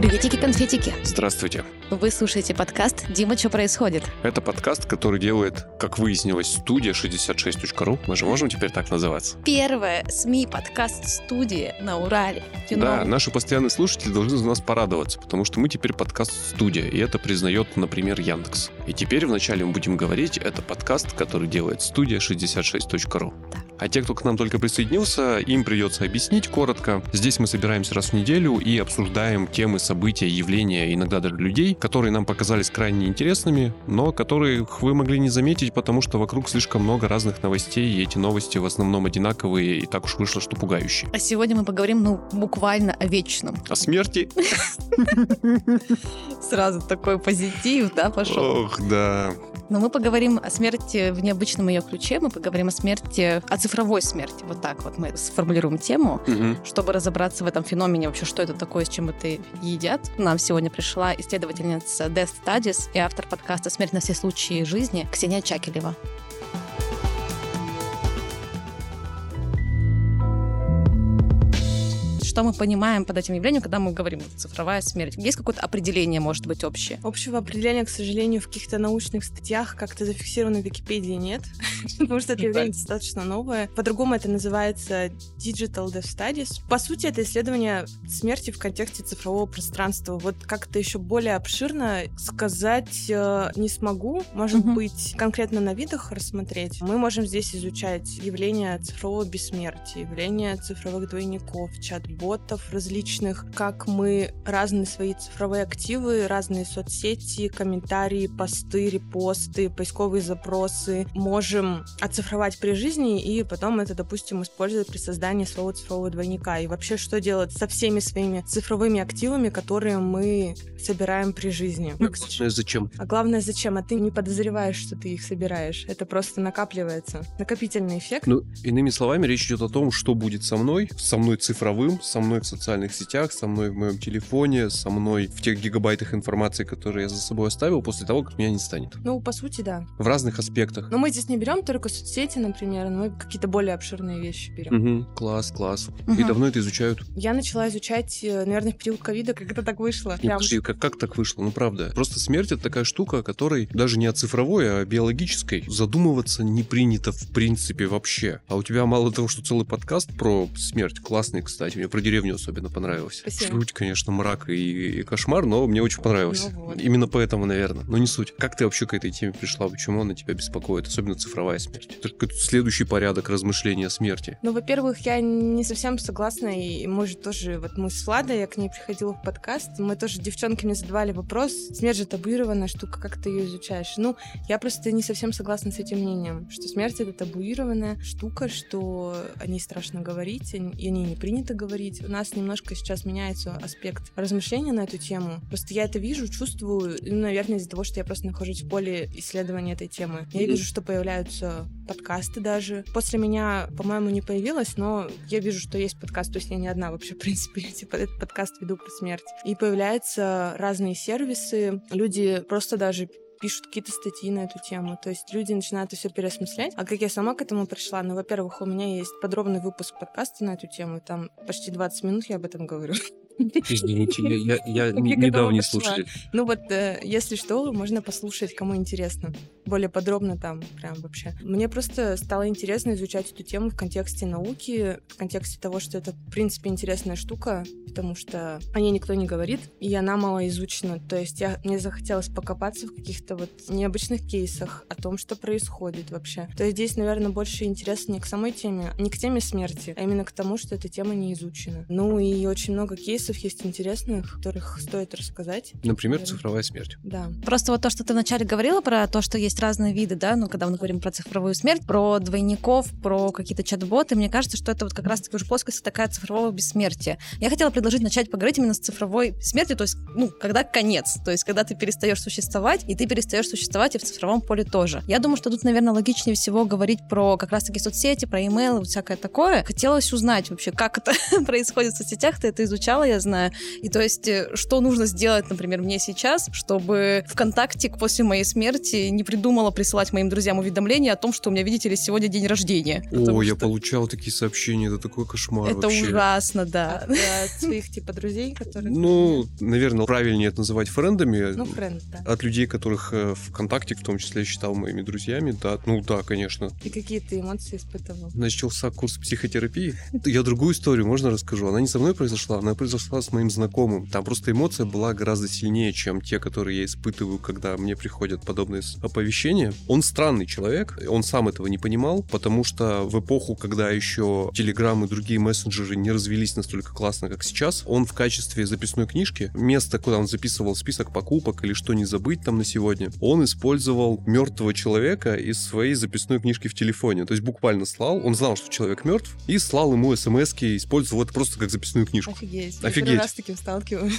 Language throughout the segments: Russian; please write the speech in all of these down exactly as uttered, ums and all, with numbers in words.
Приветики-конфетики. Здравствуйте. Вы слушаете подкаст «Дима, что происходит?». Это подкаст, который делает, как выяснилось, студия шестьдесят шесть точка ру. Мы же можем теперь так называться? Первая СМИ-подкаст-студия на Урале. You Да, know. наши постоянные слушатели должны за нас порадоваться, потому что мы теперь подкаст-студия, и это признает, например, Яндекс. И теперь вначале мы будем говорить, это подкаст, который делает студия шестьдесят шесть точка ру. Да. А те, кто к нам только присоединился, им придется объяснить коротко. Здесь мы собираемся раз в неделю и обсуждаем темы, события, явления, иногда даже людей, которые нам показались крайне интересными, но которых вы могли не заметить, потому что вокруг слишком много разных новостей, и эти новости в основном одинаковые, и так уж вышло, что пугающие. А сегодня мы поговорим, ну, буквально о вечном. О смерти? Сразу такой позитив, да, пошел. Ох, да. Но мы поговорим о смерти в необычном ее ключе, мы поговорим о смерти, о цифровой смерти. Вот так вот мы сформулируем тему, Угу. чтобы разобраться в этом феномене, вообще, что это такое, с чем это едят. К нам сегодня пришла исследовательница Death Studies и автор подкаста «Смерть на все случаи жизни» Ксения Чакелева. Что мы понимаем под этим явлением, когда мы говорим «цифровая смерть»? Есть какое-то определение, может быть, общее? Общего определения, к сожалению, в каких-то научных статьях как-то зафиксировано в Википедии нет, потому что это явление достаточно новое. По-другому это называется Digital Death Studies. По сути, это исследование смерти в контексте цифрового пространства. Вот как-то еще более обширно сказать э, не смогу. Может Мгм. быть, конкретно на видах рассмотреть. Мы можем здесь изучать явления цифрового бессмертия, явления цифровых двойников, чат-ботов различных, как мы разные свои цифровые активы, разные соцсети, комментарии, посты, репосты, поисковые запросы можем оцифровать при жизни и потом это, допустим, использовать при создании своего цифрового двойника. И вообще, что делать со всеми своими цифровыми активами, которые мы собираем при жизни. Зачем? А главное, зачем? А ты не подозреваешь, что ты их собираешь. Это просто накапливается. Накопительный эффект. Ну, иными словами, речь идет о том, что будет со мной, со мной цифровым, со мной в социальных сетях, со мной в моем телефоне, со мной в тех гигабайтах информации, которые я за собой оставил, после того, как меня не станет. Ну, по сути, да. В разных аспектах. Но мы здесь не берем только соцсети, например, но мы какие-то более обширные вещи берем. Угу. Класс, класс. И Мгм. давно это изучают? Я начала изучать, э, наверное, в период ковида, как это так вышло. Нет, Прям. подожди, как, как так вышло? Ну, правда. Просто смерть — это такая штука, о которой даже не о цифровой, а о биологической задумываться не принято в принципе вообще. А у тебя мало того, что целый подкаст про смерть, классный, кстати, мне про деревню особенно понравился. Спасибо. Жуть, конечно, мрак и, и кошмар, но мне очень понравилось. Ну вот. Именно поэтому, наверное. Но не суть. Как ты вообще к этой теме пришла? Почему она тебя беспокоит? Особенно цифровая смерть. Это какой-то следующий порядок размышления о смерти. Ну, во-первых, я не совсем согласна, и мы же тоже, вот мы с Владой, я к ней приходила в подкаст, мы тоже, девчонки мне задавали вопрос, смерть же табуированная штука, как ты ее изучаешь? Ну, я просто не совсем согласна с этим мнением, что смерть — это табуированная штука, что о ней страшно говорить, и о ней не принято говорить. У нас немножко сейчас меняется аспект размышления на эту тему. Просто я это вижу, чувствую, ну, наверное, из-за того, что я просто нахожусь в поле исследования этой темы. Я вижу, что появляются подкасты даже. После меня, по-моему, не появилось, но я вижу, что есть подкаст, то есть я не одна вообще, в принципе, типа этот подкаст веду про смерть. И появляются разные сервисы, люди просто даже пишут какие-то статьи на эту тему. То есть люди начинают все переосмыслять. А как я сама к этому пришла? Ну, во-первых, у меня есть подробный выпуск подкаста на эту тему. Там почти двадцать минут я об этом говорю. Извините, я, я, я Как я к недавний этому пришла. слушатель. Ну вот, э, если что, можно послушать, кому интересно. Более подробно там прям вообще. Мне просто стало интересно изучать эту тему в контексте науки, в контексте того, что это, в принципе, интересная штука, потому что о ней никто не говорит, и она мало изучена. То есть я, мне захотелось покопаться в каких-то вот необычных кейсах, о том, что происходит вообще. То есть здесь, наверное, больше интерес не к самой теме, не к теме смерти, а именно к тому, что эта тема не изучена. Ну и очень много кейсов есть интересных, которых стоит рассказать. Например, Наверное. цифровая смерть. Да. Просто вот то, что ты вначале говорила про то, что есть разные виды, да, ну, когда мы говорим про цифровую смерть, про двойников, про какие-то чат-боты, мне кажется, что это вот как раз-таки уже плоскость такая цифрового бессмертия. Я хотела предложить начать поговорить именно с цифровой смертью, то есть, ну, когда конец, то есть, когда ты перестаешь существовать, и ты перестаешь существовать и в цифровом поле тоже. Я думаю, что тут, наверное, логичнее всего говорить про как раз-таки соцсети, про имейл, вот всякое такое. Хотелось узнать вообще, как это происходит в соцсетях, ты это изучала, я я знаю. И то есть, что нужно сделать, например, мне сейчас, чтобы ВКонтакте после моей смерти не придумала присылать моим друзьям уведомления о том, что у меня, видите ли, сегодня день рождения. О, я что... получал такие сообщения, это такой кошмар Это вообще. ужасно, да. От, от своих, типа, друзей, которые... Ну, наверное, правильнее это называть френдами. Ну, френд, да. От людей, которых э, ВКонтакте, в том числе, считал моими друзьями, да. Ну, да, конечно. И какие ты эмоции испытывал? Начался курс психотерапии. Я другую историю, можно расскажу? Она не со мной произошла, она произошла с моим знакомым. Там просто эмоция была гораздо сильнее, чем те, которые я испытываю, когда мне приходят подобные оповещения. Он странный человек, он сам этого не понимал, потому что в эпоху, когда еще Telegram и другие мессенджеры не развелись настолько классно, как сейчас, он в качестве записной книжки, место, куда он записывал список покупок или что не забыть там на сегодня, он использовал мертвого человека из своей записной книжки в телефоне. То есть буквально слал, он знал, что человек мертв, и слал ему смс-ки, использовал это просто как записную книжку. Офигеть. Офигеть. Я первый раз с таким сталкиваюсь.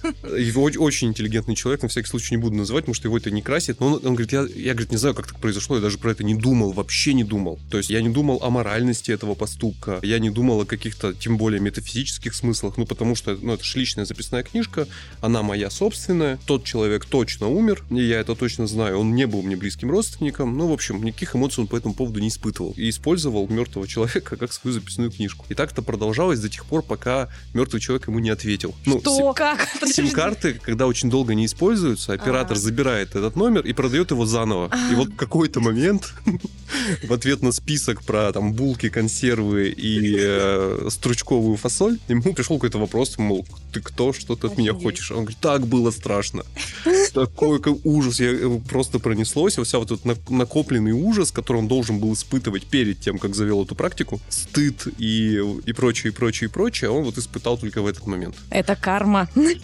Его очень интеллигентный человек, на всякий случай не буду называть, потому что его это не красит, но он, он говорит, я, я говорит, не знаю, как так произошло, я даже про это не думал, вообще не думал. То есть я не думал о моральности этого поступка, я не думал о каких-то, тем более, метафизических смыслах, ну, потому что, ну, это же личная записная книжка, она моя собственная, тот человек точно умер, и я это точно знаю, он не был мне близким родственником, ну, в общем, никаких эмоций он по этому поводу не испытывал. И использовал мертвого человека как свою записную книжку. И так это продолжалось до тех пор, пока мертвый человек ему не ответил. Ну, Что? Как? Сим-карты, когда очень долго не используются, оператор А-а-а. забирает этот номер и продает его заново. А-а-а. И вот в какой-то момент в ответ на список про там булки, консервы и э, стручковую фасоль ему пришел какой-то вопрос, мол, ты кто, что ты от меня хочешь? А он говорит, так было страшно. Такой ужас. Я, просто пронеслось. Вся вот этот накопленный ужас, который он должен был испытывать перед тем, как завел эту практику, стыд и, и прочее, и прочее, и прочее, он вот испытал только в этот момент. Это карма.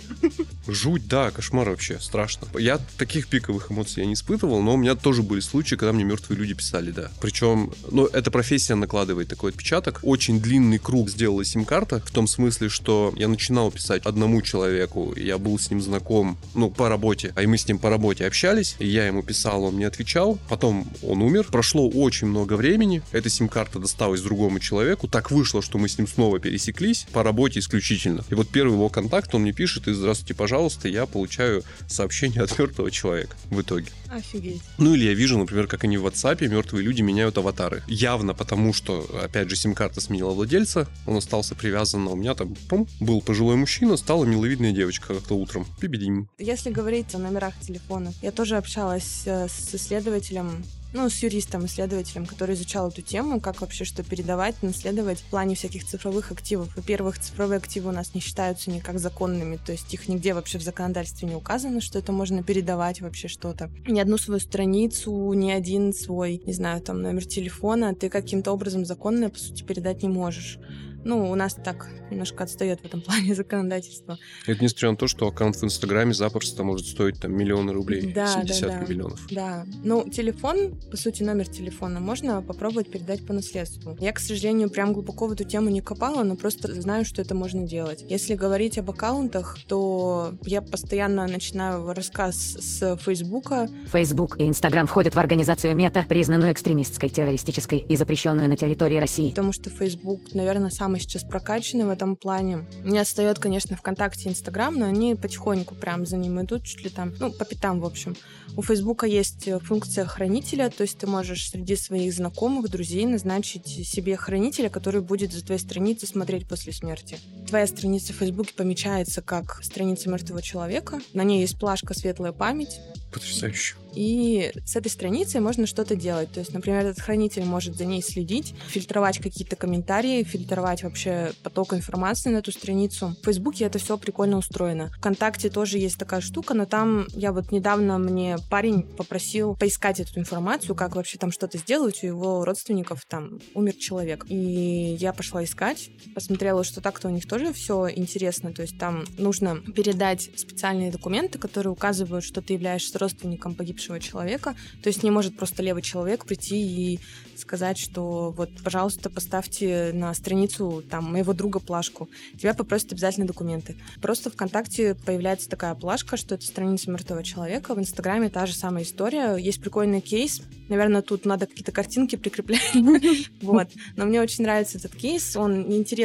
Жуть, да, кошмар вообще, страшно. Я таких пиковых эмоций я не испытывал, но у меня тоже были случаи, когда мне мертвые люди писали, да. Причем, ну, эта профессия накладывает такой отпечаток. Очень длинный круг сделала сим-карта, в том смысле, что я начинал писать одному человеку, я был с ним знаком, ну, по работе, а и мы с ним по работе общались, и я ему писал, он мне отвечал, потом он умер, прошло очень много времени, эта сим-карта досталась другому человеку, так вышло, что мы с ним снова пересеклись, по работе исключительно. И вот первый его контакт, он мне пишет, и здравствуйте, пожалуйста, я получаю сообщение от мертвого человека в итоге. Офигеть. Ну или я вижу, например, как они в WhatsApp, мертвые люди меняют аватары. Явно потому, что, опять же, сим-карта сменила владельца, он остался привязан, а у меня там, пум, был пожилой мужчина, стала миловидная девочка как-то утром. Пибидим. Если говорить о номерах телефонов, я тоже общалась с исследователем, ну, с юристом-исследователем, который изучал эту тему, как вообще что передавать, наследовать в плане всяких цифровых активов. Во-первых, цифровые активы у нас не считаются никак законными, то есть их нигде вообще в законодательстве не указано, что это можно передавать вообще что-то. Ни одну свою страницу, ни один свой, не знаю, там, номер телефона ты каким-то образом законно, по сути, передать не можешь. Ну, у нас так немножко отстает в этом плане законодательство. Это несмотря на то, что аккаунт в Инстаграме запросто может стоить там миллионы рублей, да, десятки да, да. миллионов. Да, ну, телефон, по сути, номер телефона можно попробовать передать по наследству. Я, к сожалению, прям глубоко в эту тему не копала, но просто знаю, что это можно делать. Если говорить об аккаунтах, то я постоянно начинаю рассказ с Фейсбука. Facebook и Instagram входят в организацию Мета, признанную экстремистской, террористической и запрещенную на территории России. Потому что Facebook, наверное, самый сейчас прокачанный в этом плане. Не отстает, конечно, ВКонтакте и Инстаграм, но они потихоньку прям за ним идут, чуть ли там, ну, по пятам, в общем. У Фейсбука есть функция хранителя, то есть ты можешь среди своих знакомых, друзей назначить себе хранителя, который будет за твоей страницей смотреть после смерти. Твоя страница в Фейсбуке помечается как страница мертвого человека, на ней есть плашка «Светлая память». Потрясающе. И с этой страницей можно что-то делать. То есть, например, этот хранитель может за ней следить, фильтровать какие-то комментарии, фильтровать вообще поток информации на эту страницу. В Фейсбуке это все прикольно устроено. ВКонтакте тоже есть такая штука, но там я вот недавно мне парень попросил поискать эту информацию, как вообще там что-то сделать, у его родственников там умер человек. И я пошла искать, посмотрела, что так-то у них тоже все интересно. То есть там нужно передать специальные документы, которые указывают, что ты являешься родственником погибшего человека. То есть не может просто левый человек прийти и сказать, что вот, пожалуйста, поставьте на страницу там моего друга плашку. Тебя попросят обязательно документы. Просто ВКонтакте появляется такая плашка, что это страница мертвого человека. В Инстаграме та же самая история. Есть прикольный кейс. Наверное, тут надо какие-то картинки прикреплять. Вот. Но мне очень нравится этот кейс. Он неинтересный.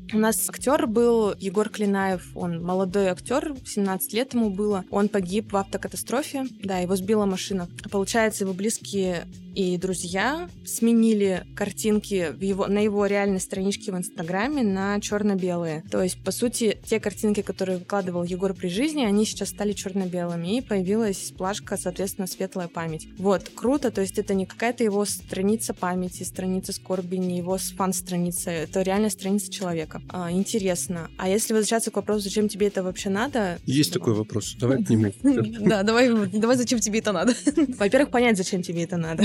У нас актер был Егор Клинаев, он молодой актер, семнадцать лет ему было. Он погиб в автокатастрофе, да, его сбила машина. Получается, его близкие и друзья сменили картинки в его, на его реальной страничке в Инстаграме на черно-белые. То есть, по сути, те картинки, которые выкладывал Егор при жизни, они сейчас стали черно-белыми, и появилась плашка, соответственно, светлая память. Вот, круто, то есть это не какая-то его страница памяти, страница скорби, не его фан-страница, это реальная страница человека. А, интересно. А если возвращаться к вопросу, зачем тебе это вообще надо? Есть такой вопрос. Давай к нему. Да, давай, давай, зачем тебе это надо? Во-первых, понять, зачем тебе это надо.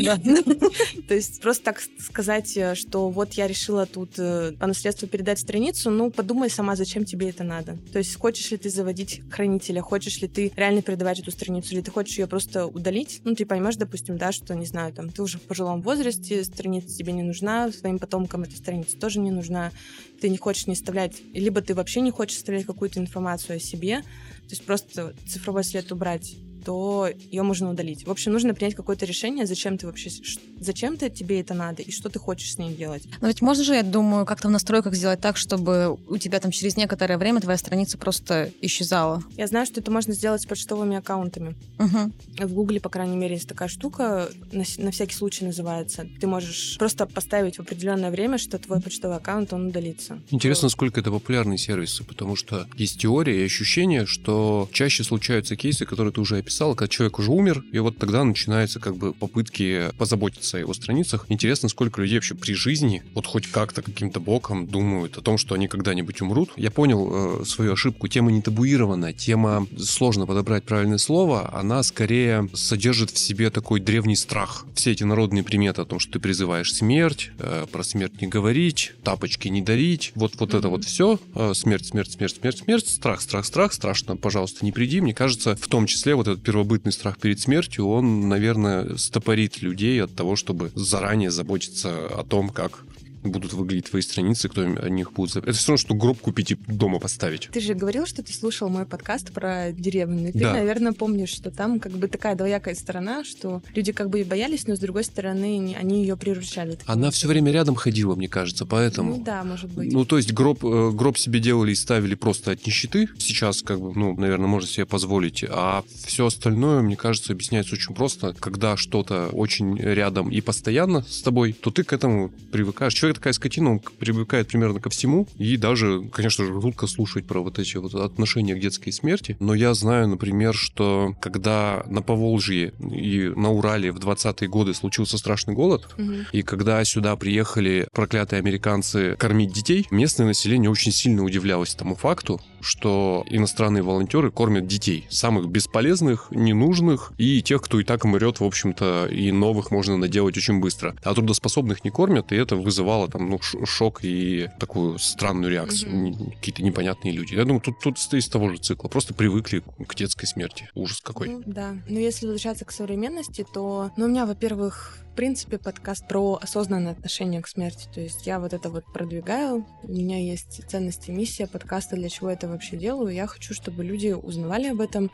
То есть просто так сказать, что вот я решила тут по наследству передать страницу, ну, подумай сама, зачем тебе это надо. То есть хочешь ли ты заводить хранителя, хочешь ли ты реально передавать эту страницу, или ты хочешь ее просто удалить? Ну, ты поймешь, допустим, да, что, не знаю, там, ты уже в пожилом возрасте, страница тебе не нужна, своим потомкам эта страница тоже не нужна, ты не хочешь не оставлять, либо ты вообще не хочешь оставлять какую-то информацию о себе, то есть просто цифровой след убрать, то ее можно удалить. В общем, нужно принять какое-то решение, зачем ты вообще, зачем ты, тебе это надо, и что ты хочешь с ней делать. Но ведь можно же, я думаю, как-то в настройках сделать так, чтобы у тебя там через некоторое время твоя страница просто исчезала. Я знаю, что это можно сделать с почтовыми аккаунтами. Угу. В Гугле, по крайней мере, есть такая штука, на, на всякий случай называется. Ты можешь просто поставить в определенное время, что твой почтовый аккаунт, он удалится. Интересно, насколько это популярные сервисы, потому что есть теория и ощущение, что чаще случаются кейсы, которые ты уже описал, когда человек уже умер, и вот тогда начинаются как бы попытки позаботиться о его страницах. Интересно, сколько людей вообще при жизни вот хоть как-то каким-то боком думают о том, что они когда-нибудь умрут. Я понял э, свою ошибку. Тема не табуирована, тема сложно подобрать правильное слово, она скорее содержит в себе такой древний страх. Все эти народные приметы о том, что ты призываешь смерть, э, про смерть не говорить, тапочки не дарить, вот, вот mm-hmm. это вот все, э, смерть, смерть, смерть, смерть, смерть, страх, страх, страх, страшно, пожалуйста, не приди. Мне кажется, в том числе вот этот первобытный страх перед смертью, он, наверное, стопорит людей от того, чтобы заранее заботиться о том, как будут выглядеть твои страницы, кто о них будет... Это все равно, что гроб купить и дома поставить. Ты же говорил, что ты слушал мой подкаст про деревню, и ты, да. наверное, помнишь, что там как бы такая двоякая сторона, что люди как бы и боялись, но с другой стороны они ее приручали. Она все время рядом ходила, мне кажется, поэтому... Ну да, может быть. Ну, то есть гроб, гроб себе делали и ставили просто от нищеты. Сейчас, как бы, ну, наверное, можно себе позволить. А все остальное, мне кажется, объясняется очень просто. Когда что-то очень рядом и постоянно с тобой, то ты к этому привыкаешь. Человек такая скотина, он привыкает примерно ко всему. И даже, конечно же, жутко слушать про вот эти вот отношения к детской смерти. Но я знаю, например, что когда на Поволжье и на Урале в двадцатые годы случился страшный голод, угу. и когда сюда приехали проклятые американцы кормить детей, местное население очень сильно удивлялось тому факту, что иностранные волонтеры кормят детей. Самых бесполезных, ненужных и тех, кто и так умрет, в общем-то, и новых можно наделать очень быстро. А трудоспособных не кормят, и это вызывало там, ну, шок и такую странную реакцию. Mm-hmm. Какие-то непонятные люди. Я думаю, тут, тут из того же цикла. Просто привыкли к детской смерти. Ужас какой. Ну, да. Но если возвращаться к современности, то... Ну, у меня, во-первых, в принципе, подкаст про осознанное отношение к смерти. То есть я вот это вот продвигаю. У меня есть ценность и миссия подкаста, для чего я это вообще делаю. Я хочу, чтобы люди узнавали об этом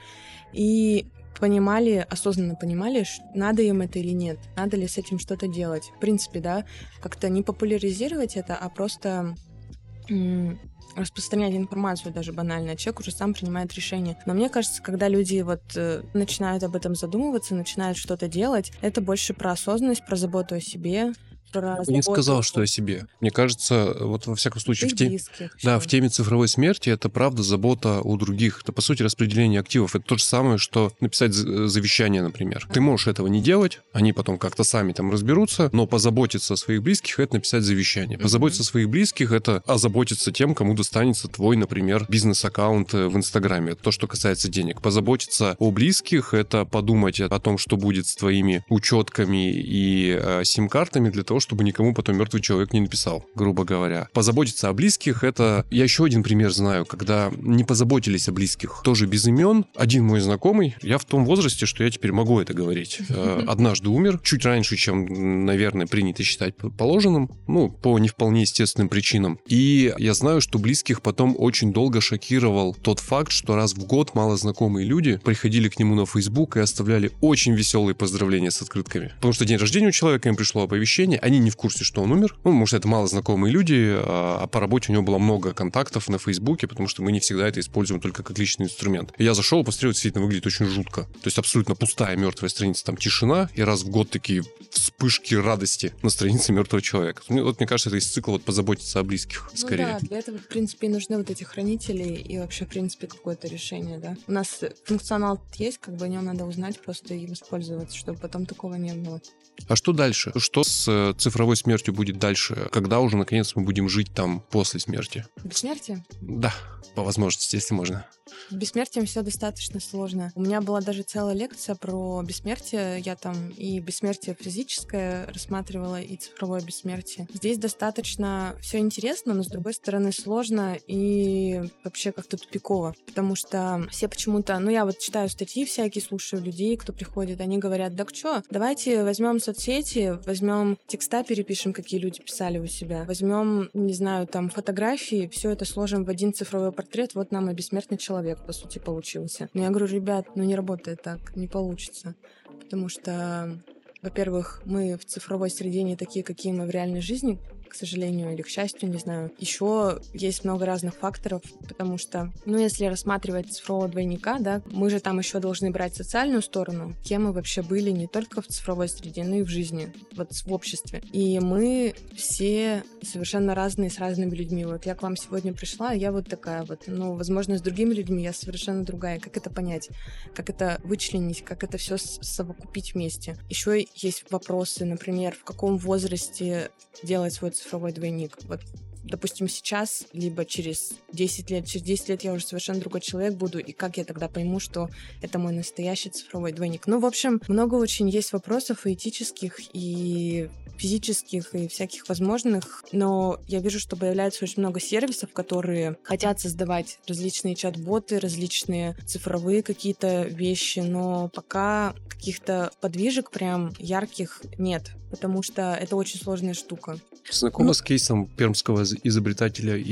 и понимали, осознанно понимали, надо им это или нет, надо ли с этим что-то делать. В принципе, да, как-то не популяризировать это, а просто м- распространять информацию даже банально. Человек уже сам принимает решение. Но мне кажется, когда люди вот э, начинают об этом задумываться, начинают что-то делать, это больше про осознанность, про заботу о себе. Я не сказал, что о себе. Мне кажется, вот во всяком случае, в, те... да, в теме цифровой смерти это правда забота о других. Это, по сути, распределение активов. Это то же самое, что написать завещание, например. Ты можешь этого не делать, они потом как-то сами там разберутся, но позаботиться о своих близких — это написать завещание. Позаботиться mm-hmm. о своих близких — это озаботиться тем, кому достанется твой, например, бизнес-аккаунт в Инстаграме. Это то, что касается денег. Позаботиться о близких — это подумать о том, что будет с твоими учетками и э, сим-картами для того, чтобы никому потом мертвый человек не написал, грубо говоря. Позаботиться о близких — это... Я еще один пример знаю, когда не позаботились о близких. Тоже без имен. Один мой знакомый, я в том возрасте, что я теперь могу это говорить, однажды умер, чуть раньше, чем, наверное, принято считать положенным, ну, по не вполне естественным причинам. И я знаю, что близких потом очень долго шокировал тот факт, что раз в год малознакомые люди приходили к нему на Facebook и оставляли очень веселые поздравления с открытками. Потому что день рождения у человека, им пришло оповещение, Они не в курсе, что он умер. Ну, может, это мало знакомые люди, а по работе у него было много контактов на Фейсбуке, потому что мы не всегда это используем только как личный инструмент. И я зашел, посмотрел, действительно выглядит очень жутко. То есть абсолютно пустая мертвая страница, там тишина, и раз в год такие вспышки радости на странице мертвого человека. Вот мне кажется, это из цикла вот позаботиться о близких, скорее. Ну да, для этого, в принципе, и нужны вот эти хранители и вообще, в принципе, какое-то решение, да. У нас функционал есть, как бы о нем надо узнать просто и воспользоваться, чтобы потом такого не было. А что дальше? Что с цифровой смертью будет дальше? Когда уже, наконец, мы будем жить там после смерти? Бессмертие? Да, по возможности, если можно. С бессмертием все достаточно сложно. У меня была даже целая лекция про бессмертие. Я там и бессмертие физическое рассматривала, и цифровое бессмертие. Здесь достаточно все интересно, но, с другой стороны, сложно и вообще как-то тупиково. Потому что все почему-то... Ну, я вот читаю статьи всякие, слушаю людей, кто приходит, они говорят, да что, давайте возьмем соцсети, возьмем текста, перепишем, какие люди писали у себя, возьмем, не знаю, там, фотографии, все это сложим в один цифровой портрет, вот нам и бессмертный человек, по сути, получился. Но я говорю, ребят, ну не работает так, не получится. Потому что, во-первых, мы в цифровой среде не такие, какие мы в реальной жизни, к сожалению, или к счастью, не знаю. Еще есть много разных факторов, потому что, ну, если рассматривать цифрового двойника, да, мы же там еще должны брать социальную сторону, кем мы вообще были не только в цифровой среде, но и в жизни, вот в обществе. И мы все совершенно разные, с разными людьми. Вот я к вам сегодня пришла, я вот такая вот. Ну, возможно, с другими людьми я совершенно другая. Как это понять? Как это вычленить? Как это все совокупить вместе? Еще есть вопросы, например, в каком возрасте делать свой цифровой двойник. Вот, допустим, сейчас, либо через десять лет. Через десять лет я уже совершенно другой человек буду, и как я тогда пойму, что это мой настоящий цифровой двойник? Ну, в общем, много очень есть вопросов и этических, и физических, и всяких возможных, но я вижу, что появляется очень много сервисов, которые хотят создавать различные чат-боты, различные цифровые какие-то вещи, но пока каких-то подвижек прям ярких нет, потому что это очень сложная штука. Знакома Ну, с кейсом пермского изобретателя и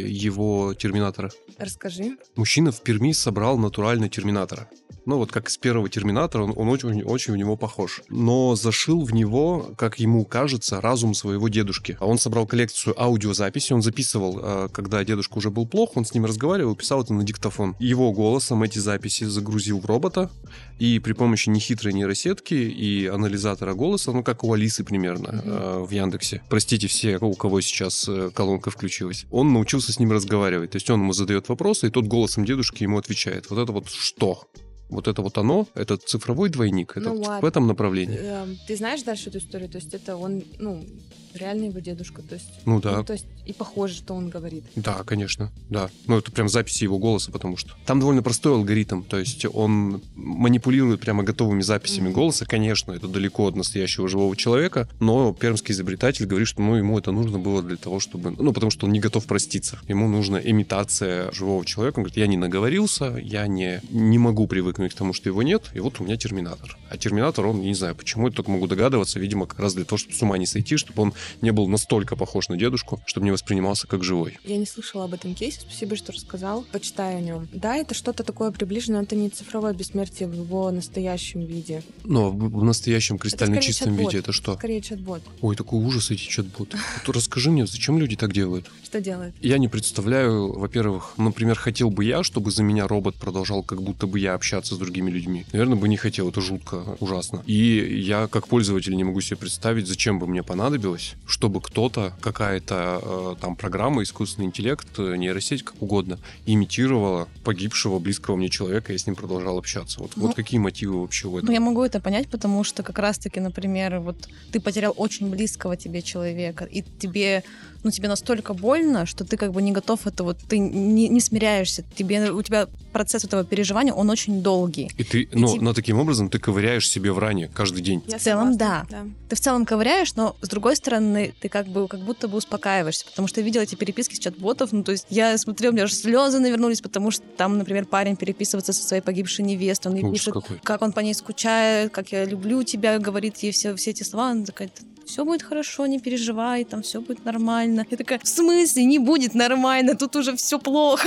его терминатора? Расскажи. Мужчина в Перми собрал натурально терминатора. Ну, вот как из первого терминатора, он, он очень, очень в него похож. Но зашил в него, как ему кажется, разум своего дедушки. А он собрал коллекцию аудиозаписей, он записывал, когда дедушка уже был плох, он с ним разговаривал, писал это на диктофон. Его голосом эти записи загрузил в робота, и при помощи нехитрой нейросетки и анализатора голоса, ну, как у Алисы примерно mm-hmm. в Яндексе. Простите все, у кого сейчас колонка включилась. Он научился с ним разговаривать. То есть он ему задает вопросы, и тот голосом дедушки ему отвечает. Вот это вот что? Вот это вот оно, это цифровой двойник, это Ну вот в ладно. этом направлении. Э, Ты знаешь дальше эту историю? То есть это он, ну, реально его дедушка, то есть... Ну да. Ну, то есть и похоже, что он говорит. Да, конечно, да. Ну, это прям записи его голоса, потому что там довольно простой алгоритм, то есть он манипулирует прямо готовыми записями Mm-hmm. голоса. Конечно, это далеко от настоящего живого человека, но пермский изобретатель говорит, что ну, ему это нужно было для того, чтобы... Ну, потому что он не готов проститься. Ему нужна имитация живого человека. Он говорит, я не наговорился, я не, не могу привыкнуть к тому, что его нет, и вот у меня терминатор. А терминатор, он, не знаю, почему, я только могу догадываться, видимо, как раз для того, чтобы с ума не сойти, чтобы он не был настолько похож на дедушку, чтобы не воспринимался как живой. Я не слышала об этом кейсе, спасибо, что рассказал. Почитаю о нем. Да, это что-то такое приближенное, это не цифровое бессмертие в его настоящем виде. Но в, в настоящем кристально скорее чистом чат-бот. виде это что? Скорее чат-бот. Ой, такой ужас эти чат-боты. Вот расскажи мне, зачем люди так делают? Что делает? Я не представляю, во-первых, например, хотел бы я, чтобы за меня робот продолжал как будто бы я общаться с другими людьми. Наверное, бы не хотел, это жутко, ужасно. И я как пользователь не могу себе представить, зачем бы мне понадобилось, чтобы кто-то, какая-то э, там программа, искусственный интеллект, нейросеть, как угодно, имитировала погибшего близкого мне человека, и я с ним продолжал общаться. Вот, Ну, вот какие мотивы вообще у этого? Ну, я могу это понять, потому что как раз-таки, например, вот ты потерял очень близкого тебе человека, и тебе, ну, тебе настолько больно, что ты как бы не готов это вот, ты не, не смиряешься, тебе, у тебя процесс этого переживания, он очень долгий. И ты, И ну, тебе- но таким образом ты ковыряешь себе в ране каждый день. Я В целом, согласна, да. Ты в целом ковыряешь, но с другой стороны, ты как бы как будто бы успокаиваешься, потому что я видела эти переписки с чат-ботов, ну, то есть я смотрела, у меня аж слезы навернулись, потому что там, например, парень переписывается со своей погибшей невестой, он ей Ужас пишет, какой. как он по ней скучает, как я люблю тебя, говорит ей все, все эти слова, она такая, все будет хорошо, не переживай, там все будет нормально. Я такая, в смысле не будет нормально, тут уже все плохо.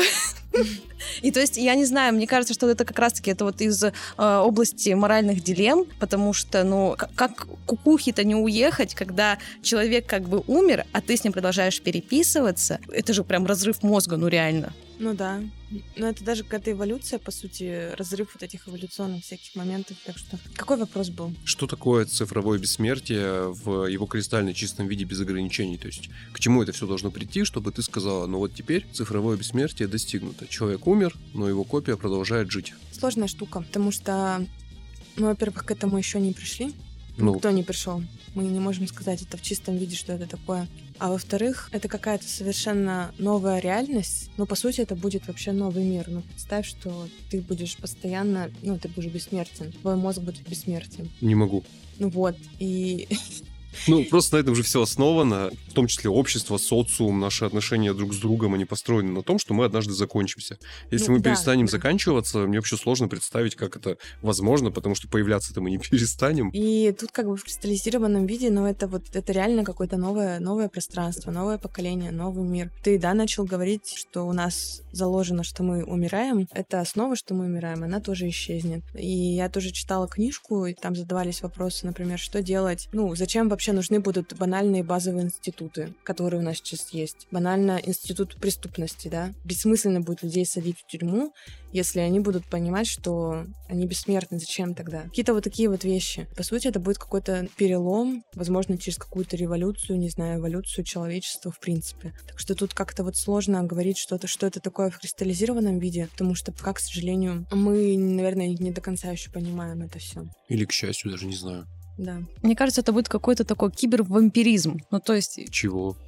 И то есть, я не знаю, мне кажется, что это как раз-таки это вот из э, области моральных дилемм, потому что, ну, к- как кукухи-то не уехать, когда человек как бы умер, а ты с ним продолжаешь переписываться. Это же прям разрыв мозга, ну реально. Ну да. Но это даже какая-то эволюция, по сути, разрыв вот этих эволюционных всяких моментов. Так что какой вопрос был? Что такое цифровое бессмертие в его кристально чистом виде без ограничений? То есть к чему это все должно прийти, чтобы ты сказала, ну вот теперь цифровое бессмертие достигнуто. Человек умер, но его копия продолжает жить. Сложная штука, потому что мы, во-первых, к этому еще не пришли. Ну, Никто не пришел. Мы не можем сказать это в чистом виде, что это такое. А во-вторых, это какая-то совершенно новая реальность. Ну, по сути, это будет вообще новый мир. Ну, представь, что ты будешь постоянно... Ну, ты будешь бессмертен. Твой мозг будет бессмертен. не могу. Ну вот. И Ну, просто на этом же все основано, в том числе общество, социум, наши отношения друг с другом, они построены на том, что мы однажды закончимся. Если Ну, мы да, перестанем да. заканчиваться, мне вообще сложно представить, как это возможно, потому что появляться-то мы не перестанем. И тут как бы в кристаллизированном виде, но это вот это реально какое-то новое, новое пространство, новое поколение, новый мир. Ты, да, начал говорить, что у нас заложено, что мы умираем. Это основа, что мы умираем, она тоже исчезнет. И я тоже читала книжку, и там задавались вопросы, например, что делать? Ну, зачем вообще нужны будут банальные базовые институты, которые у нас сейчас есть? Банально институт преступности, да? Бессмысленно будет людей садить в тюрьму, если они будут понимать, что они бессмертны. Зачем тогда? Какие-то вот такие вот вещи. По сути, это будет какой-то перелом, возможно, через какую-то революцию, не знаю, эволюцию человечества в принципе. Так что тут как-то вот сложно говорить что-то, что это такое в кристаллизированном виде, потому что пока, к сожалению, мы, наверное, не до конца еще понимаем это все. Или, к счастью, даже не знаю. Да. Мне кажется, это будет какой-то такой кибервампиризм. Ну, то есть... Чего?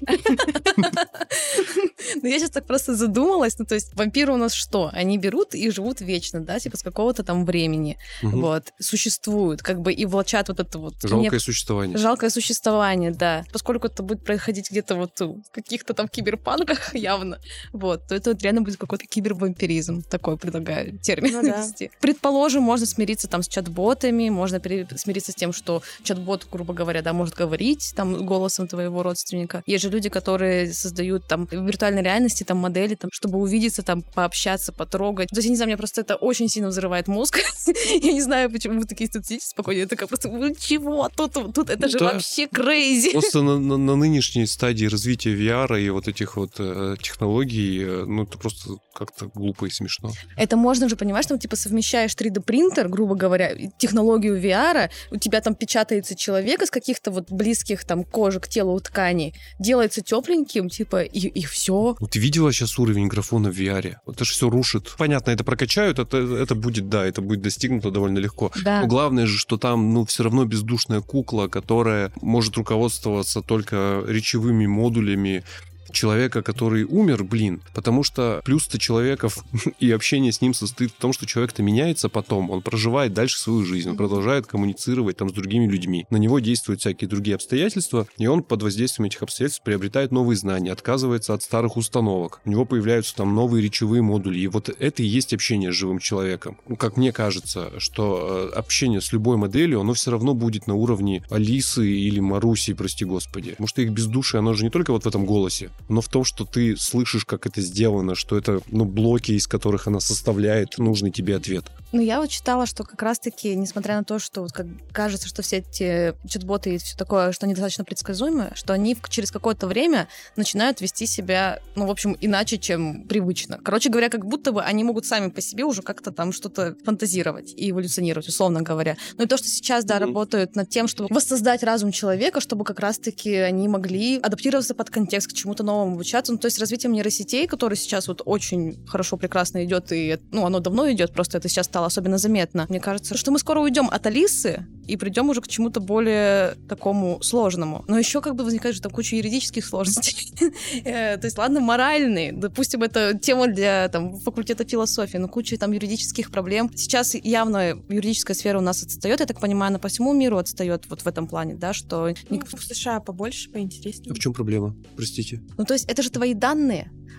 Ну, я сейчас так просто задумалась. Ну, то есть вампиры у нас что? Они берут и живут вечно, да, типа с какого-то там времени. Мгм. Вот. Существуют, как бы и влачат вот это вот... Жалкое нек- существование. Жалкое существование, да. Поскольку это будет происходить где-то вот в каких-то там киберпанках явно, вот, то это вот реально будет какой-то кибервампиризм. Такой предлагаю термин Ну да. ввести. Предположим, можно смириться там с чат-ботами, можно пере- смириться с тем, что чат-бот, грубо говоря, да, может говорить там голосом твоего родственника. Есть же люди, которые создают там в виртуальной реальности там модели, там, чтобы увидеться, там, пообщаться, потрогать. То есть, я не знаю, меня просто это очень сильно взрывает мозг. Я не знаю, почему вы такие тут сидите спокойно. Я такая просто, ну чего? Тут, тут это Ну же да. вообще крейзи. Просто на, на- на нынешней стадии развития ви ар и вот этих вот э, технологий, э, ну, это просто как-то глупо и смешно. Это можно же, понимаешь, там, типа, совмещаешь три дэ-принтер, грубо говоря, и технологию ви ар, у тебя там печатается человек из каких-то вот близких там кожи к телу тканей, делается тепленьким, типа, и, и все. Вот ты видела сейчас уровень графона в ви ар? Вот это же все рушит. Понятно, это прокачают, это, это будет, да, это будет достигнуто довольно легко. Да. Но главное же, что там, ну, все равно бездушная кукла, которая может руководствоваться только речевыми модулями человека, который умер, блин, потому что плюс-то человеков и общение с ним состоит в том, что человек-то меняется потом, он проживает дальше свою жизнь, он продолжает коммуницировать там с другими людьми, на него действуют всякие другие обстоятельства, и он под воздействием этих обстоятельств приобретает новые знания, отказывается от старых установок, у него появляются там новые речевые модули, и вот это и есть общение с живым человеком. Ну, как мне кажется, что э, общение с любой моделью, оно все равно будет на уровне Алисы или Маруси, прости господи, потому что их бездушие, оно же не только вот в этом голосе, но в том, что ты слышишь, как это сделано, что это, ну, блоки, из которых она составляет нужный тебе ответ. Ну, я вот читала, что как раз-таки, несмотря на то, что вот как кажется, что все эти чат-боты и все такое, что они достаточно предсказуемы, что они в- через какое-то время начинают вести себя, ну, в общем, иначе, чем привычно. Короче говоря, как будто бы они могут сами по себе уже как-то там что-то фантазировать и эволюционировать, условно говоря. Ну и то, что сейчас, да, Мгм. работают над тем, чтобы воссоздать разум человека, чтобы как раз-таки они могли адаптироваться под контекст, к чему-то новому обучаться. Ну, то есть развитие нейросетей, которое сейчас вот очень хорошо, прекрасно идет, и, ну, оно давно идет, просто это сейчас стало особенно заметно. Мне кажется, что мы скоро уйдем от Алисы и придем уже к чему-то более такому сложному. Но еще как бы возникает же там куча юридических сложностей. Э, То есть, ладно, моральные. Допустим, это тема для там факультета философии, но куча там юридических проблем. Сейчас явно юридическая сфера у нас отстает, я так понимаю, она по всему миру отстает вот в этом плане, да, что... Ну, ник- в США побольше, поинтереснее. А в чем проблема? Простите. Ну, то есть это же твои данные,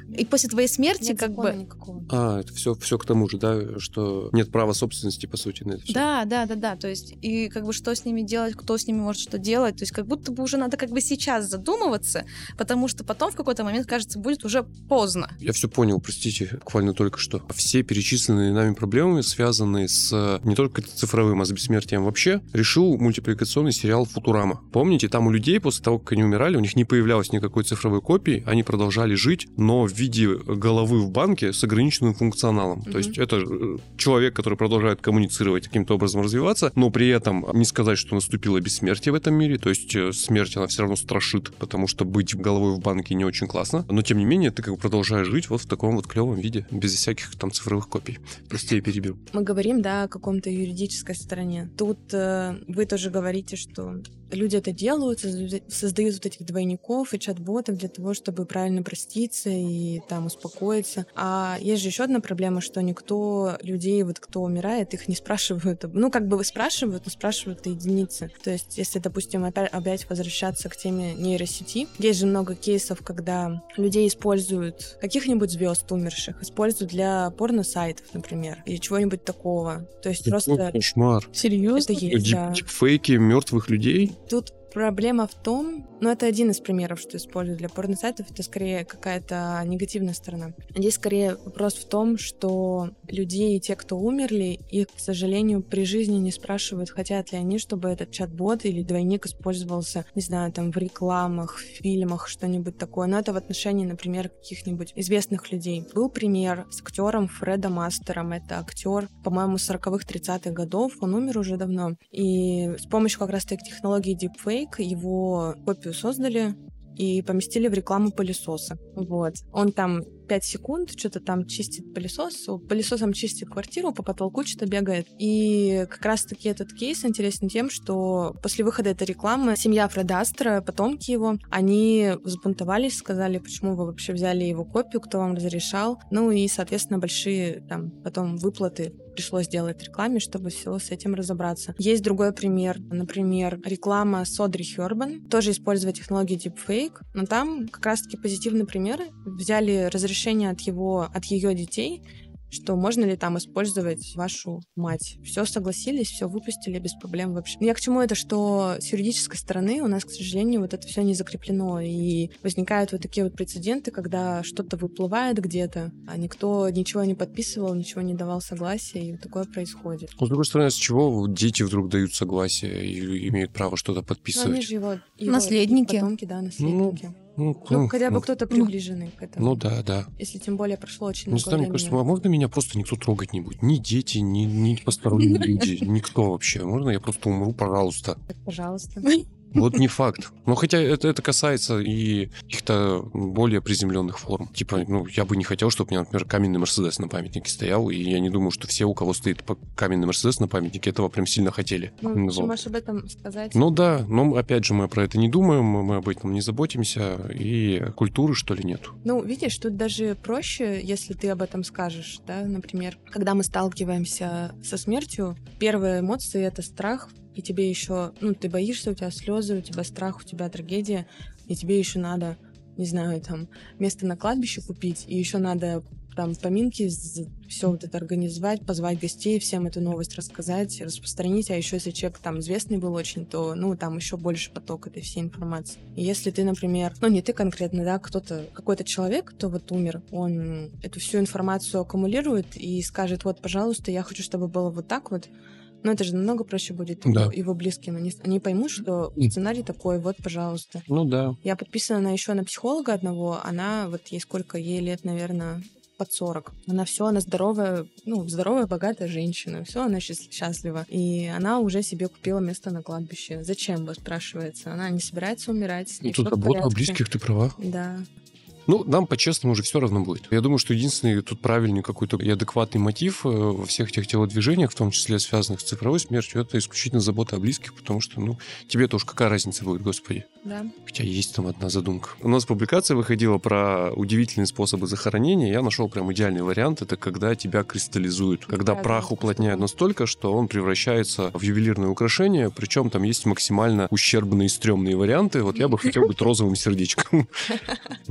И после твоей смерти Нет как закона бы... никакого. А, это все, все к тому же, да, что нет права собственности, по сути, на это все. Да, да, да, да. То есть, и как бы что с ними делать, кто с ними может что делать. То есть, как будто бы уже надо как бы сейчас задумываться, потому что потом в какой-то момент, кажется, будет уже поздно. Я все понял, простите, буквально только что. Все перечисленные нами проблемы, связанные с не только цифровым, а с бессмертием вообще, решил мультипликационный сериал «Футурама». Помните, там у людей после того, как они умирали, у них не появлялось никакой цифровой копии, они продолжали жить, но в виде головы в банке с ограниченным функционалом. Mm-hmm. То есть это человек, который продолжает коммуницировать, каким-то образом развиваться, но при этом не сказать, что наступило бессмертие в этом мире, то есть смерть, она все равно страшит, потому что быть головой в банке не очень классно, но тем не менее ты как бы продолжаешь жить вот в таком вот клевом виде, без всяких там цифровых копий. Прости, я перебил. Мы говорим, да, о каком-то юридической стороне. Тут э, вы тоже говорите, что люди это делают, создают вот этих двойников и чат-ботов для того, чтобы правильно проститься и там успокоиться. А есть же еще одна проблема, что никто людей, вот кто умирает, их не спрашивают. Ну, как бы вы спрашивают, но спрашивают единицы. То есть, если, допустим, опять, опять возвращаться к теме нейросети, есть же много кейсов, когда людей используют, каких-нибудь звезд умерших, используют для порно-сайтов, например, или чего-нибудь такого. То есть, Это просто... кошмар. Серьезно? Это есть, Дип- да. Дипфейки мертвых людей. Тут проблема в том, ну, это один из примеров, что используют для порно-сайтов, это скорее какая-то негативная сторона. Здесь скорее вопрос в том, что людей, те, кто умерли, их, к сожалению, при жизни не спрашивают, хотят ли они, чтобы этот чат-бот или двойник использовался, не знаю, там, в рекламах, в фильмах, что-нибудь такое. Но это в отношении, например, каких-нибудь известных людей. Был пример с актером Фредом Астером. Это актер, по-моему, сороковых-тридцатых годов. Он умер уже давно. И с помощью как раз-таки технологии Deepfake его копию создали и поместили в рекламу пылесоса. Вот. Он там пять секунд что-то там чистит пылесос, пылесосом чистит квартиру, по потолку что-то бегает. И как раз-таки этот кейс интересен тем, что после выхода этой рекламы семья Фреда Астера, потомки его, они взбунтовались, сказали, почему вы вообще взяли его копию, кто вам разрешал. Ну и, соответственно, большие там потом выплаты пришлось делать рекламе, чтобы все с этим разобраться. Есть другой пример. Например, реклама с Одри Хёрбан. Тоже используя технологию Deepfake, но там как раз-таки позитивные примеры. Взяли разрешение от его, от ее детей, что можно ли там использовать вашу мать. Все согласились, все выпустили без проблем вообще. Я к чему это, что с юридической стороны у нас, к сожалению, вот это все не закреплено, и возникают вот такие вот прецеденты, когда что-то выплывает где-то, а никто ничего не подписывал, ничего не давал согласия, и вот такое происходит. Но, с другой стороны, с чего дети вдруг дают согласие и имеют право что-то Ну, подписывать? они же его, его Наследники. потомки, да, наследники. Ну, Ну, ну, хотя бы ну, кто-то приближенный к этому. ну да, да. Если тем более прошло очень Ну, много знаю, мне времени. кажется, а можно меня просто никто трогать не будет? Ни дети, ни, ни посторонние люди, никто вообще. Можно я просто умру, пожалуйста? Так, пожалуйста. Вот не факт. Но хотя это, это касается и каких-то более приземленных форм. Типа, ну, я бы не хотел, чтобы у меня, например, каменный Мерседес на памятнике стоял, и я не думаю, что все, у кого стоит каменный Мерседес на памятнике, этого прям сильно хотели. Ну, Ну, ты можешь об этом сказать? Ну да, но опять же мы про это не думаем, мы об этом не заботимся, и культуры, что ли, нету. Ну, видишь, тут даже проще, если ты об этом скажешь, да, например, когда мы сталкиваемся со смертью, первые эмоции — это страх, и тебе еще, ну, ты боишься, у тебя слезы, у тебя страх, у тебя трагедия, и тебе еще надо, не знаю, там, место на кладбище купить, и еще надо там поминки, все вот это организовать, позвать гостей, всем эту новость рассказать, распространить, а еще если человек там известный был очень, то, ну, там еще больше поток этой всей информации. И если ты, например, ну, не ты конкретно, да, кто-то, какой-то человек, кто вот умер, он эту всю информацию аккумулирует и скажет, вот, пожалуйста, я хочу, чтобы было вот так вот. Но это же намного проще будет Да. его, его близким. Они, они поймут, что сценарий такой, вот, пожалуйста. Ну да. Я подписана на еще на психолога одного. Она, вот ей сколько, ей лет, наверное, под сорок. Она все, она здоровая, ну, здоровая, богатая женщина. Все, она счаст- счастлива. И она уже себе купила место на кладбище. Зачем, вот, спрашивается. Она не собирается умирать. с ней Тут всё в забота о порядке. близких, ты права. Да. Ну, нам по-честному уже все равно будет. Я думаю, что единственный тут правильный какой-то и адекватный мотив э, во всех этих телодвижениях, в том числе связанных с цифровой смертью, это исключительно забота о близких, потому что, ну, тебе-то уж какая разница будет, господи. Да. Хотя есть там одна задумка. У нас публикация выходила про удивительные способы захоронения. Я нашел прям идеальный вариант. Это когда тебя кристаллизуют. Когда Да, прах да, уплотняют настолько, что он превращается в ювелирное украшение. Причем там есть максимально ущербные, стрёмные варианты. Вот я бы хотел быть розовым сердечком. Вот это классно.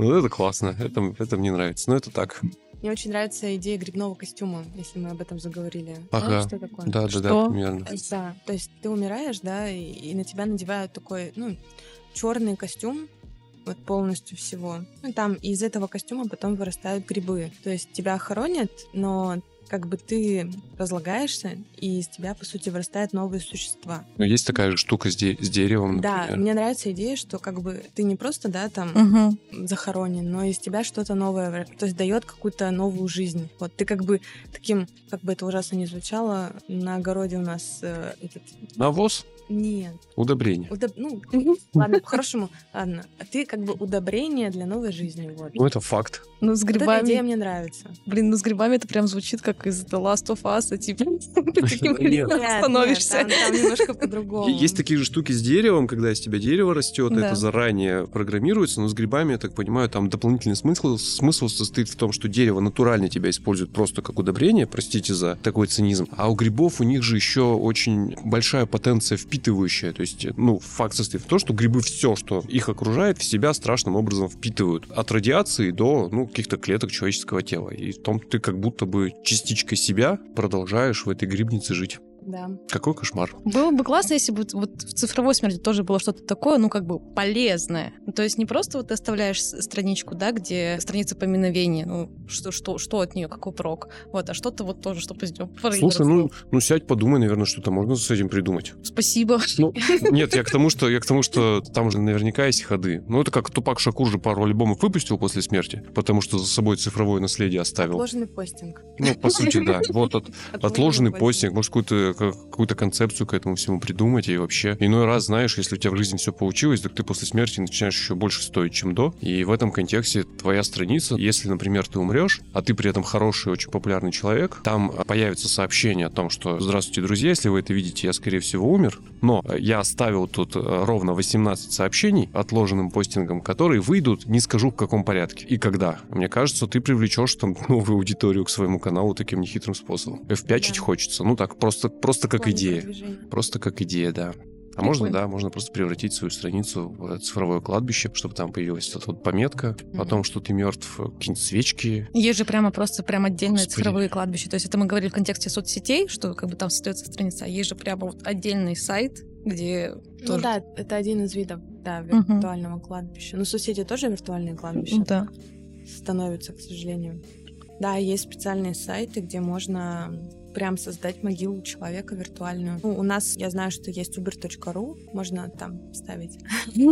классно, это, это мне нравится. Но это так. Мне очень нравится идея грибного костюма, если мы об этом заговорили. Ага. Знаешь, что такое? Да, да, Что? да, примерно. Да, то есть ты умираешь, да, и, и на тебя надевают такой, ну, черный костюм, вот полностью всего. Ну, там из этого костюма потом вырастают грибы. То есть тебя хоронят, но как бы ты разлагаешься, и из тебя, по сути, вырастают новые существа. Но есть такая же штука с, де- с деревом, Да, например. мне нравится идея, что как бы ты не просто, да, там Мгм. захоронен, но из тебя что-то новое, выр- то есть дает какую-то новую жизнь. Вот ты как бы таким, как бы это ужасно не звучало, на огороде у нас э, этот... Навоз, Нет, удобрение. удоб... ну, ладно, по-хорошему, ладно. А ты как бы удобрение для новой жизни, вот. Ну, это факт. Ну, с Вот эта грибами... идея мне нравится. Блин, ну с грибами это прям звучит как из The Last of Us, а типа ты таким Нет. грибом Нет, становишься. нет, там, там немножко по-другому. Есть такие же штуки с деревом, когда из тебя дерево растет, Да. это заранее программируется, но с грибами, я так понимаю, там дополнительный смысл, смысл состоит в том, что дерево натурально тебя использует просто как удобрение, простите за такой цинизм, а у грибов у них же еще очень большая потенция впитывающая, то есть, ну, факт состоит в том, что грибы все, что их окружает, в себя страшным образом впитывают. От радиации до, ну, каких-то клеток человеческого тела. И в том ты как будто бы частичкой себя продолжаешь в этой грибнице жить. Да. Какой кошмар. Было бы классно, если бы вот в цифровой смерти тоже было что-то такое, ну, как бы полезное. Ну, то есть не просто вот ты оставляешь с- страничку, да, где страница поминовения, ну, что, что, что от нее, какой прок, вот, а что-то вот тоже, что пойдем. Слушай, ну, ну сядь, подумай, наверное, что-то можно с этим придумать. Спасибо. Ну, нет, я к тому, что я к тому, что там же наверняка есть ходы. Ну, это как Тупак Шакур же пару альбомов выпустил после смерти, потому что за собой цифровое наследие оставил. Отложенный постинг. Ну, по сути, да. Вот от, отложенный постинг, может, какую-то, какую-то концепцию к этому всему придумать, и вообще иной раз, знаешь, если у тебя в жизни все получилось, так ты после смерти начинаешь еще больше стоить, чем до, и в этом контексте твоя страница, если, например, ты умрешь, а ты при этом хороший, очень популярный человек, там появится сообщение о том, что «Здравствуйте, друзья, если вы это видите, я, скорее всего, умер, но я оставил тут ровно восемнадцать сообщений отложенным постингом, которые выйдут, не скажу в каком порядке и когда». Мне кажется, ты привлечешь там новую аудиторию к своему каналу таким нехитрым способом. эф пять Да. хочется, ну так, просто, просто как Плане идея. продвижения. Просто как идея, да. А можно, да, можно просто превратить свою страницу в цифровое кладбище, чтобы там появилась эта вот пометка о том, что ты мертв, какие-нибудь свечки. Есть же прямо просто прям отдельные Господи. цифровые кладбища. То есть это мы говорили в контексте соцсетей, что как бы там создается страница, а есть же прямо вот отдельный сайт, где Ну тоже... да, это один из видов, да, Мгм. виртуального кладбища. Но соцсети тоже виртуальные кладбища Да. становятся, к сожалению. Да, есть специальные сайты, где можно прям создать могилу человека виртуальную. Ну, у нас, я знаю, что есть uber точка ру, можно там ставить.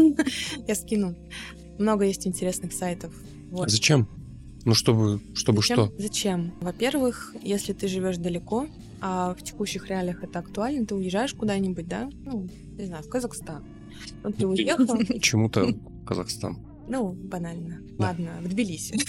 Я скину. Много есть интересных сайтов. Вот. Зачем? Ну, чтобы, чтобы Зачем? что? Зачем? Во-первых, если ты живешь далеко, а в текущих реалиях это актуально, ты уезжаешь куда-нибудь, да? Ну, не знаю, в Казахстан. Вот ты уехал, Почему-то Казахстан. ну, банально. Да. Ладно, в Тбилиси.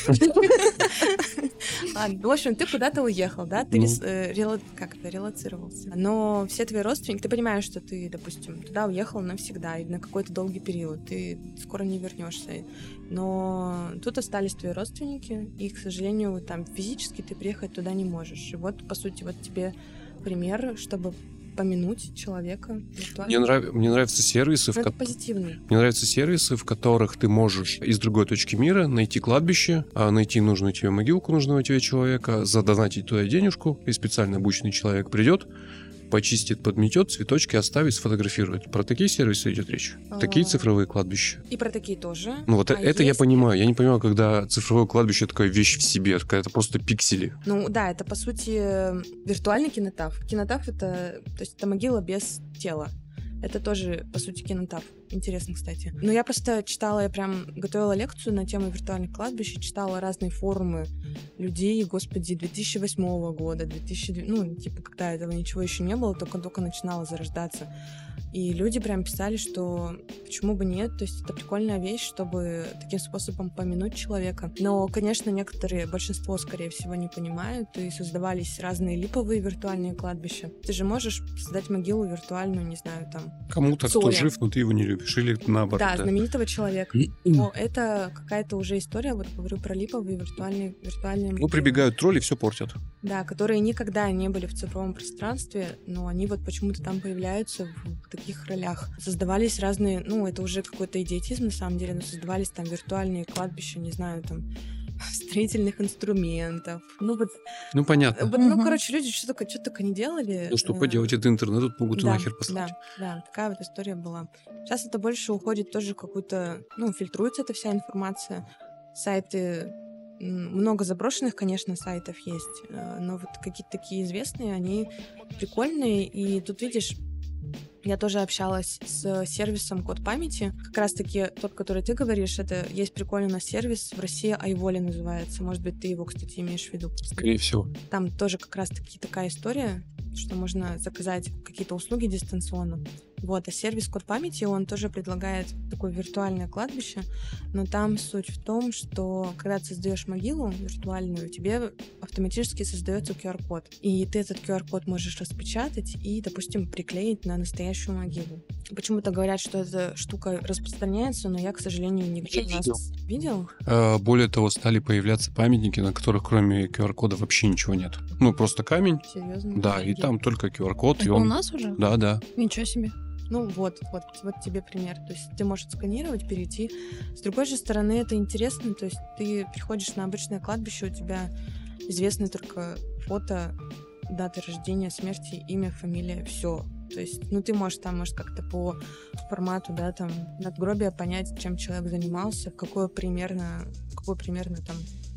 Ладно, в общем, ты куда-то уехал, да? Ты Ну. рес- э, рела- как это, релоцировался. Но все твои родственники, ты понимаешь, что ты, допустим, туда уехал навсегда и на какой-то долгий период, ты скоро не вернешься. Но тут остались твои родственники, и, к сожалению, там физически ты приехать туда не можешь. И вот, по сути, вот тебе пример, чтобы помянуть человека виртуально. Мне, нрав... Мне нравятся сервисы, в Ну, это ко- позитивный. Мне нравятся сервисы, в которых ты можешь из другой точки мира найти кладбище, а найти нужную тебе могилку нужного тебе человека, задонатить туда денежку, и специально обученный человек придет, почистит, подметет, цветочки оставит, сфотографирует. Про такие сервисы идет речь. Такие А. цифровые кладбища. И про такие тоже. Ну вот А это я есть- понимаю. Я не понимаю, когда цифровое кладбище такая вещь в себе, какая-то просто пиксели. Ну да, это по сути э, виртуальный кинотаф. Кинотаф это, то есть это могила без тела. Это тоже, по сути, кинотаф. Интересно, кстати. Но я просто читала, я прям готовила лекцию на тему виртуальных кладбищ, читала разные форумы людей, господи, две тысячи восьмого года, две тысячи, ну, типа, когда этого ничего еще не было, только-только начинало зарождаться. И люди прям писали, что почему бы нет, то есть это прикольная вещь, чтобы таким способом помянуть человека. Но, конечно, некоторые, большинство, скорее всего, не понимают, и создавались разные липовые виртуальные кладбища. Ты же можешь создать могилу виртуальную, не знаю, там, Кому-то, кто Соня. жив, но ты его не любишь. Или наоборот. да, да. знаменитого человека. Но это какая-то уже история, вот говорю про липовые виртуальные, виртуальные Ну, могилы. прибегают тролли, все портят. Да, которые никогда не были в цифровом пространстве, но они вот почему-то там появляются в таких ролях. Создавались разные, ну, это уже какой-то идиотизм на самом деле, но создавались там виртуальные кладбища, не знаю, там, строительных инструментов. Ну, вот, Ну, понятно. вот, ну, Мгм. короче, люди что только, что только не делали. Ну, что Э, поделать, это интернет, тут могут и Да, нахер послать. да, да, такая вот история была. Сейчас это больше уходит тоже в какую-то, ну, фильтруется эта вся информация. Сайты, м, много заброшенных, конечно, сайтов есть, э, но вот какие-то такие известные, они прикольные. И тут, видишь, я тоже общалась с сервисом Код памяти. Как раз-таки тот, который ты говоришь, это есть прикольный у нас сервис в России, iVolley называется. Может быть, ты его, кстати, имеешь в виду. Скорее всего. Там тоже как раз-таки такая история, что можно заказать какие-то услуги дистанционно. Вот, а сервис Код памяти, он тоже предлагает такое виртуальное кладбище, но там суть в том, что когда ты создаешь могилу виртуальную, тебе автоматически создается ку ар-код. И ты этот ку ар-код можешь распечатать и, допустим, приклеить на настоящую могилу. Почему-то говорят, что эта штука распространяется, но я, к сожалению, нигде Я у нас видел. видел. А, Более того, стали появляться памятники, на которых кроме ку ар-кода вообще ничего нет. Ну, просто камень, Серьезно. да, и там только ку ар-код, и Это у он... нас уже? Да, да. Ничего себе. Ну вот, вот, вот тебе пример. То есть ты можешь сканировать, перейти. С другой же стороны, это интересно. То есть ты приходишь на обычное кладбище, у тебя известны только фото, дата рождения, смерти, имя, фамилия, все. То есть, ну, ты можешь там, может, как-то по формату, да, там, надгробия понять, чем человек занимался, в какой примерно, в какой примерно там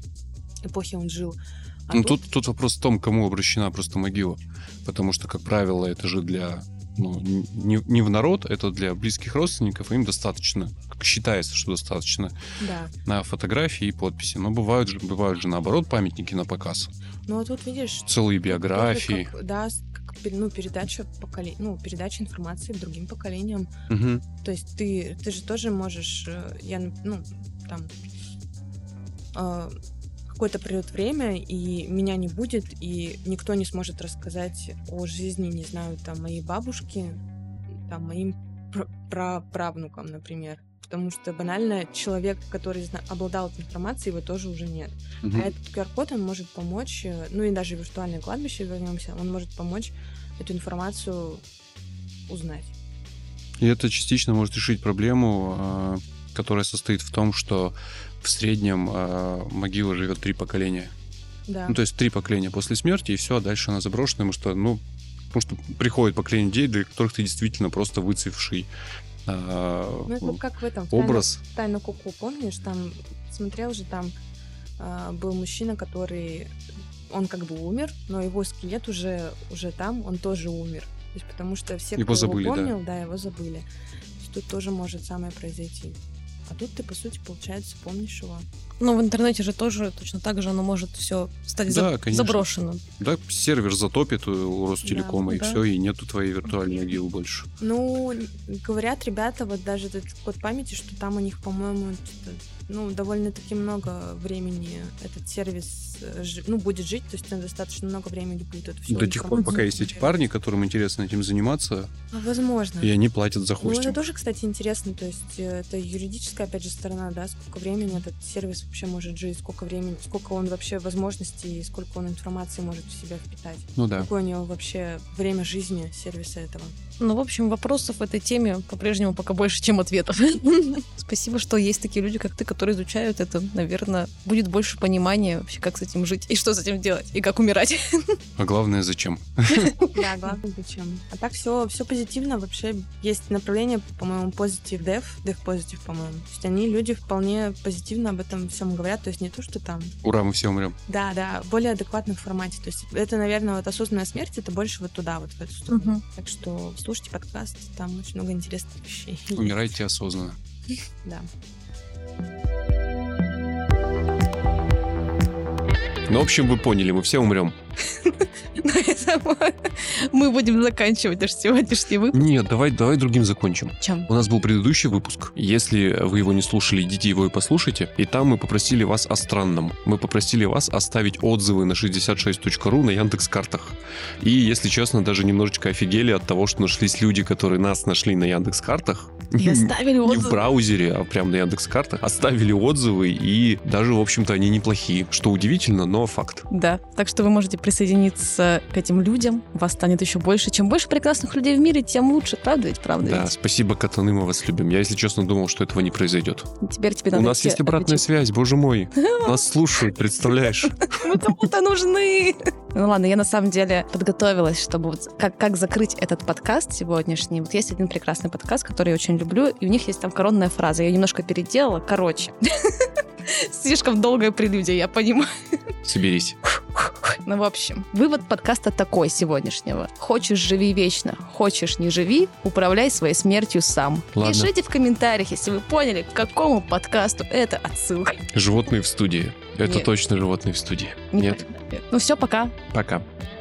эпохе он жил. А Ну, тут, тут вопрос в том, кому обращена просто могила. Потому что, как правило, это же для... Ну, не, не в народ, это для близких родственников, им достаточно, как считается, что достаточно да. на фотографии и подписи. Но бывают же, бывают же наоборот памятники на показ. Ну, а тут, видишь... Целые тут тоже биографии. как, да, с- как, пер- ну, передача, поколе... ну, передача информации другим поколениям. Мгм. То есть ты, ты же тоже можешь, э, я, ну, там, э, какое-то придет время, и меня не будет, и никто не сможет рассказать о жизни, не знаю, там, моей бабушки, там, моим пр- праправнукам, например. Потому что банально человек, который зна- обладал этой информацией, его тоже уже нет. Мгм. А этот ку ар-код, он может помочь, э, ну и даже виртуальное кладбище, вернемся, он может помочь эту информацию узнать. И это частично может решить проблему, а, которая состоит в том, что в среднем а, могила живет три поколения. Да. Ну, то есть три поколения после смерти, и все, а дальше она заброшена, потому что, ну, потому что приходит поколение людей, для которых ты действительно просто выцвевший а, Ну, это как в этом, в образ. «Тайну, Тайну Коко», помнишь? Там, смотрел же, там а, был мужчина, который, он как бы умер, но его скелет уже, уже там, он тоже умер. То есть потому что все, Его кто забыли, его да. помнил, да. его забыли. То есть тут тоже может самое произойти. А тут ты, по сути, получается, помнишь его. Ну, в интернете же тоже точно так же оно может все стать Да, за- конечно. заброшенным. Да, сервер затопит у Ростелекома, Да, и да. все, и нету твоей виртуальной могилы больше. Ну, говорят ребята, вот даже этот код памяти, что там у них, по-моему, что-то, ну, довольно-таки много времени этот сервис, э, жи- ну, будет жить, то есть он достаточно много времени будет это все. До тех пор, пока есть эти парни, которым интересно этим заниматься, Возможно. и они платят за Ну, это хостинг. тоже, кстати, интересно. То есть э, это юридическая, опять же, сторона, да, сколько времени этот сервис вообще может жить, сколько времени, сколько он вообще возможностей и сколько он информации может в себя впитать. Ну да. Какое у него вообще время жизни сервиса этого. Ну, в общем, вопросов в этой теме по-прежнему пока больше, чем ответов. Спасибо, что есть такие люди, как ты, которые изучают это. Наверное, будет больше понимания вообще, как с этим жить, и что с этим делать, и как умирать. А главное, зачем? Да, главное, зачем. А так все, все позитивно. Вообще есть направление, по-моему, Positive Dev, Dev Positive, по-моему. То есть они, люди, вполне позитивно об этом всем говорят. То есть не то, что там... Ура, мы все умрем. Да, да, в более адекватном формате. То есть это, наверное, вот осознанная смерть, это больше вот туда, вот в эту сторону. Мгм. Так что слушайте подкаст, там очень много интересных вещей. Умирайте осознанно. Да. Ну, в общем, вы поняли, мы все умрем. Поэтому мы будем заканчивать наш сегодняшний выпуск. Нет, давай, давай другим закончим. Чем? У нас был предыдущий выпуск. Если вы его не слушали, идите его и послушайте. И там мы попросили вас о странном. Мы попросили вас оставить отзывы на шестьдесят шесть точка ру на Яндекс.Картах. И, если честно, даже немножечко офигели от того, что нашлись люди, которые нас нашли на Яндекс.Картах. И оставили Не отзывы. в браузере, а прям на Яндекс.Картах. Оставили отзывы, и даже, в общем-то, они неплохие. Что удивительно, но факт. Да, так что вы можете присоединиться к этим людям. Вас станет еще больше. Чем больше прекрасных людей в мире, тем лучше. Правда ведь? Правда Да, ведь? спасибо, катаны, мы вас любим. Я, если честно, думал, что этого не произойдет. Теперь тебе У надо нас идти есть обратная отвечать. связь, боже мой. Нас слушают, представляешь? Мы кому-то нужны. Ну ладно, я на самом деле подготовилась, чтобы вот как, как закрыть этот подкаст сегодняшний. Вот есть один прекрасный подкаст, который я очень люблю, и у них есть там коронная фраза. Я ее немножко переделала. Короче. Слишком долгая прелюдия, я понимаю. Соберись. Ну, в общем, вывод подкаста такой сегодняшнего. Хочешь — живи вечно, хочешь — не живи, управляй своей смертью сам. Ладно. Пишите в комментариях, если вы поняли, к какому подкасту это отсылка. Животные в студии. Это Нет. точно животные в студии. Не Нет? поняла. Ну все, пока. Пока.